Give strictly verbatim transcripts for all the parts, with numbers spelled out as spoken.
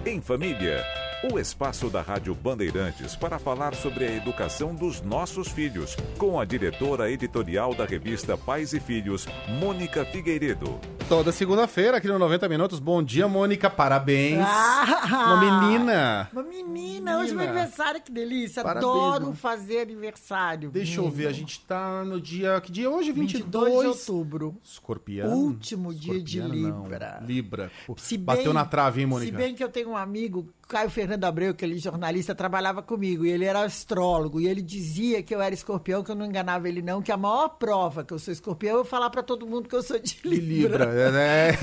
Em Família, o espaço da Rádio Bandeirantes para falar sobre a educação dos nossos filhos, com a diretora editorial da revista Pais e Filhos, Mônica Figueiredo. Toda segunda-feira aqui no noventa Minutos. Bom dia, Mônica, parabéns. Ah, uma menina. Uma menina, hoje é meu aniversário, que delícia. Parabéns, Adoro mano. fazer aniversário. Deixa menino. eu ver, a gente tá no dia... Que dia é hoje? vinte e dois vinte e dois de outubro. Escorpião. Último dia de Escorpiano, Libra. Não. Libra. Pô, Se bateu bem- na trave, hein, Mônica? Se bem que eu tenho um amigo, Caio Fernando Abreu, aquele jornalista, trabalhava comigo, e ele era astrólogo, e ele dizia que eu era escorpião, que eu não enganava ele não, que a maior prova que eu sou escorpião é eu falar pra todo mundo que eu sou de De Libra. Libra, é, né?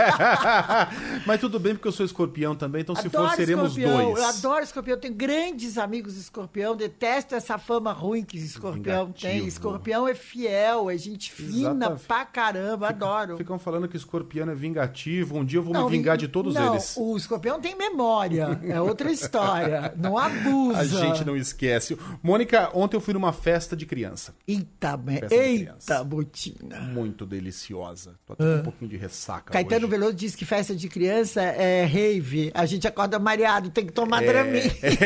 Mas tudo bem, porque eu sou escorpião também, então se Adoro for, seremos escorpião, dois. Eu adoro escorpião, eu tenho grandes amigos escorpião, detesto essa fama ruim que escorpião Vingativo. tem. Escorpião é fiel, é gente fina Exatamente. pra caramba, adoro. Ficam falando que escorpiano é vingativo, um dia eu vou Não, me vingar ving- de todos não, eles. o escorpião tem memória, é outra história, não abusa. A gente não esquece. Mônica, ontem eu fui numa festa de criança. Eita, me... Festa de eita, criança. botina. Muito deliciosa. Tô até com um pouquinho de ressaca Caetano hoje. Veloso diz que festa de criança é rave. A gente acorda mareado, tem que tomar Dramin.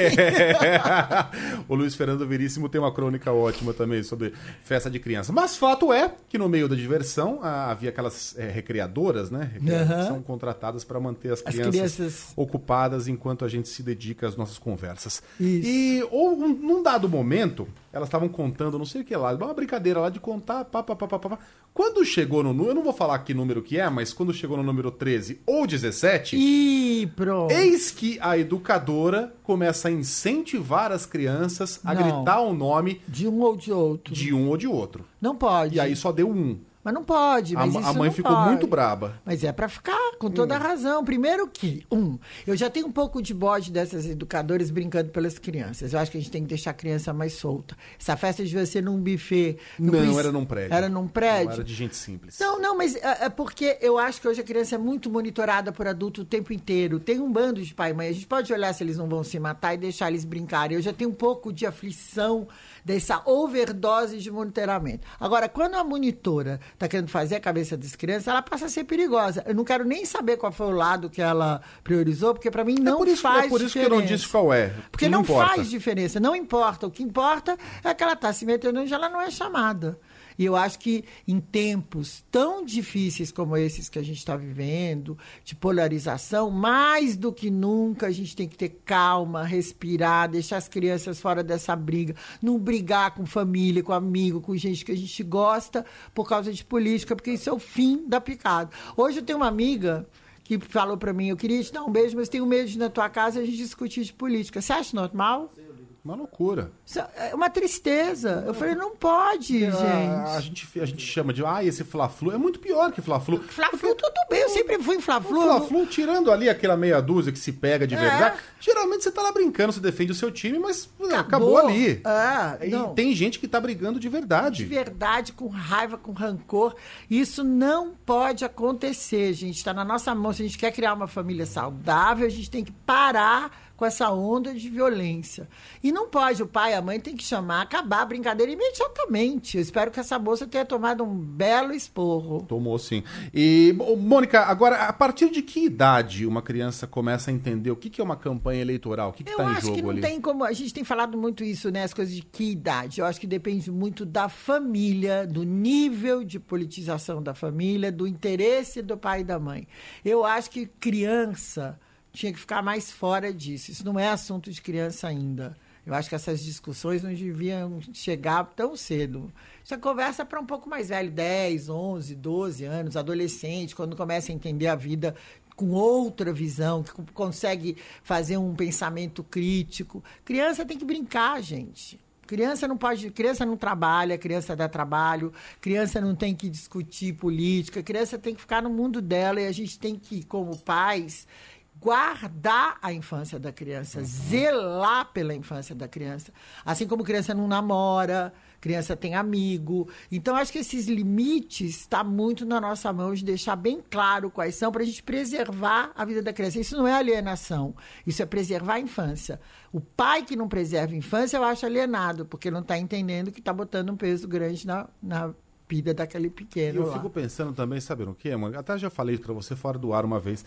É. O Luiz Fernando Veríssimo tem uma crônica ótima também sobre festa de criança. Mas fato é que no meio da diversão ah, havia aquelas eh, recreadoras, né? Recreadoras que Aham. são contratadas para manter as As crianças, crianças- ocupadas enquanto a gente se dedica às nossas conversas. Isso. E ou, um, num dado momento, elas estavam contando, não sei o que lá, uma brincadeira lá de contar, pá, pá, pá, pá, pá. Quando chegou no número, eu não vou falar que número que é, mas quando chegou no número treze ou dezessete... Ih, pronto. Eis que a educadora começa a incentivar as crianças a Não. gritar o nome De um ou de outro. de um ou de outro. Não pode. E aí só deu um. Mas não pode. A, Mas a isso mãe não ficou pode. muito braba. Mas é pra ficar, com toda a razão. Primeiro que, um, eu já tenho um pouco de bode dessas educadoras brincando pelas crianças. Eu acho que a gente tem que deixar a criança mais solta. Essa festa devia ser num buffet. Não, princ- era num prédio. Era num prédio? Não era de gente simples. Não, não, mas é, é porque eu acho que hoje a criança é muito monitorada por adulto o tempo inteiro. Tem um bando de pai e mãe. A gente pode olhar se eles não vão se matar e deixar eles brincarem. Eu já tenho um pouco de aflição dessa overdose de monitoramento. Agora, quando a monitora está querendo fazer a cabeça das crianças, ela passa a ser perigosa. Eu não quero nem saber qual foi o lado que ela priorizou, porque para mim não é por isso, faz é por isso que eu diferença. não disse qual é. Porque não, importa. faz diferença, não importa. O que importa é que ela está se metendo onde ela não é chamada. E eu acho que em tempos tão difíceis como esses que a gente está vivendo, de polarização, mais do que nunca a gente tem que ter calma, respirar, deixar as crianças fora dessa briga, não brigar com família, com amigo, com gente que a gente gosta por causa de política, porque isso é o fim da picada. Hoje eu tenho uma amiga que falou para mim, eu queria te dar um beijo, mas tenho medo de ir na tua casa e a gente discutir de política. Você acha normal? Uma loucura. Isso é uma tristeza. Eu falei, não pode, gente. A, a, gente, a gente chama de, ah, esse Fla-Flu é muito pior que Fla-Flu. Fla-Flu, tudo bem, eu sempre fui em O Fla-Flu. Fla-Flu, tirando ali aquela meia dúzia que se pega de É. verdade, geralmente você tá lá brincando, você defende o seu time, mas acabou, Acabou. ali. É, e não. tem gente que tá brigando de verdade. De verdade, com raiva, com rancor. Isso não pode acontecer, gente. Está na nossa mão. Se a gente quer criar uma família saudável, a gente tem que parar com essa onda de violência. E não pode, o pai e a mãe tem que chamar, acabar a brincadeira imediatamente. Eu espero que essa moça tenha tomado um belo esporro. Tomou, sim. E, bom, Mônica, agora, a partir de que idade uma criança começa a entender o que que é uma campanha eleitoral? O que que Eu tá em acho jogo que não ali? tem como. A gente tem falado muito isso, né? As coisas de que idade. Eu acho que depende muito da família, do nível de politização da família, do interesse do pai e da mãe. Eu acho que criança tinha que ficar mais fora disso. Isso não é assunto de criança ainda. Eu acho que essas discussões não deviam chegar tão cedo. Isso é conversa para um pouco mais velho, dez, onze, doze anos, adolescente, quando começa a entender a vida com outra visão, que consegue fazer um pensamento crítico. Criança tem que brincar, gente. Criança não pode, criança não trabalha, criança dá trabalho, criança não tem que discutir política, criança tem que ficar no mundo dela e a gente tem que, como pais, guardar a infância da criança, uhum. zelar pela infância da criança. Assim como criança não namora, criança tem amigo. Então, acho que esses limites estão tá muito na nossa mão de deixar bem claro quais são para a gente preservar a vida da criança. Isso não é alienação, isso é preservar a infância. O pai que não preserva a infância, eu acho alienado, porque não está entendendo que está botando um peso grande na, na vida daquele pequeno. E eu lá. fico pensando também, sabe o que, mano? Até já falei isso para você fora do ar uma vez.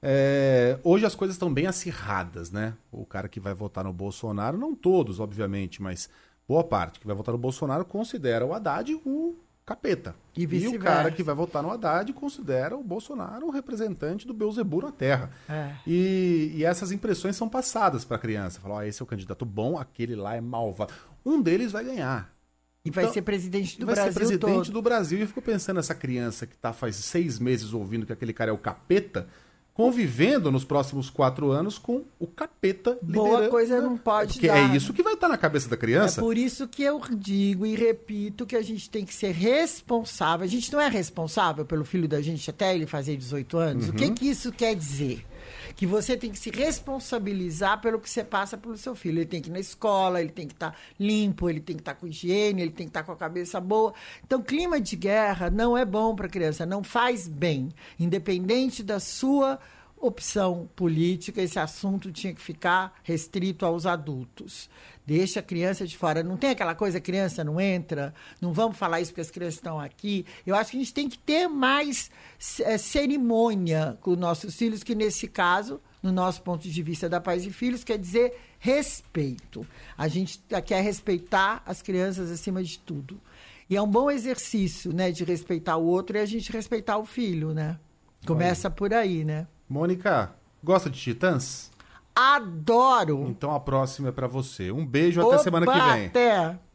É, hoje as coisas estão bem acirradas, né? O cara que vai votar no Bolsonaro, não todos, obviamente, mas boa parte que vai votar no Bolsonaro considera o Haddad o capeta. E, e o cara que vai votar no Haddad considera o Bolsonaro um representante do Beelzebub na Terra. É. E, e essas impressões são passadas para a criança. Falar, ó, esse é o candidato bom, aquele lá é malvado. Um deles vai ganhar. E vai Então, ser presidente do vai Brasil ser presidente todo. do Brasil. E eu fico pensando nessa criança que tá faz seis meses ouvindo que aquele cara é o capeta, convivendo nos próximos quatro anos com o capeta liderando. Boa coisa não pode Porque dar. é isso que vai estar na cabeça da criança. É por isso que eu digo e repito que a gente tem que ser responsável. A gente não é responsável pelo filho da gente até ele fazer dezoito anos. Uhum. O que, que isso quer dizer? Que você tem que se responsabilizar pelo que você passa pelo seu filho. Ele tem que ir na escola, ele tem que estar limpo, ele tem que estar com higiene, ele tem que estar com a cabeça boa. Então, clima de guerra não é bom para a criança, não faz bem. Independente da sua opção política, esse assunto tinha que ficar restrito aos adultos. Deixa a criança de fora. Não tem aquela coisa, a criança não entra, não vamos falar isso porque as crianças estão aqui. Eu acho que a gente tem que ter mais é, cerimônia com nossos filhos, que nesse caso, no nosso ponto de vista da Pais e Filhos, quer dizer respeito. A gente quer respeitar as crianças acima de tudo. E é um bom exercício, né, de respeitar o outro e a gente respeitar o filho, né? Começa por aí, né? Mônica, gosta de Titãs? Adoro! Então a próxima é pra você. Um beijo, até Opa, semana que vem. Até!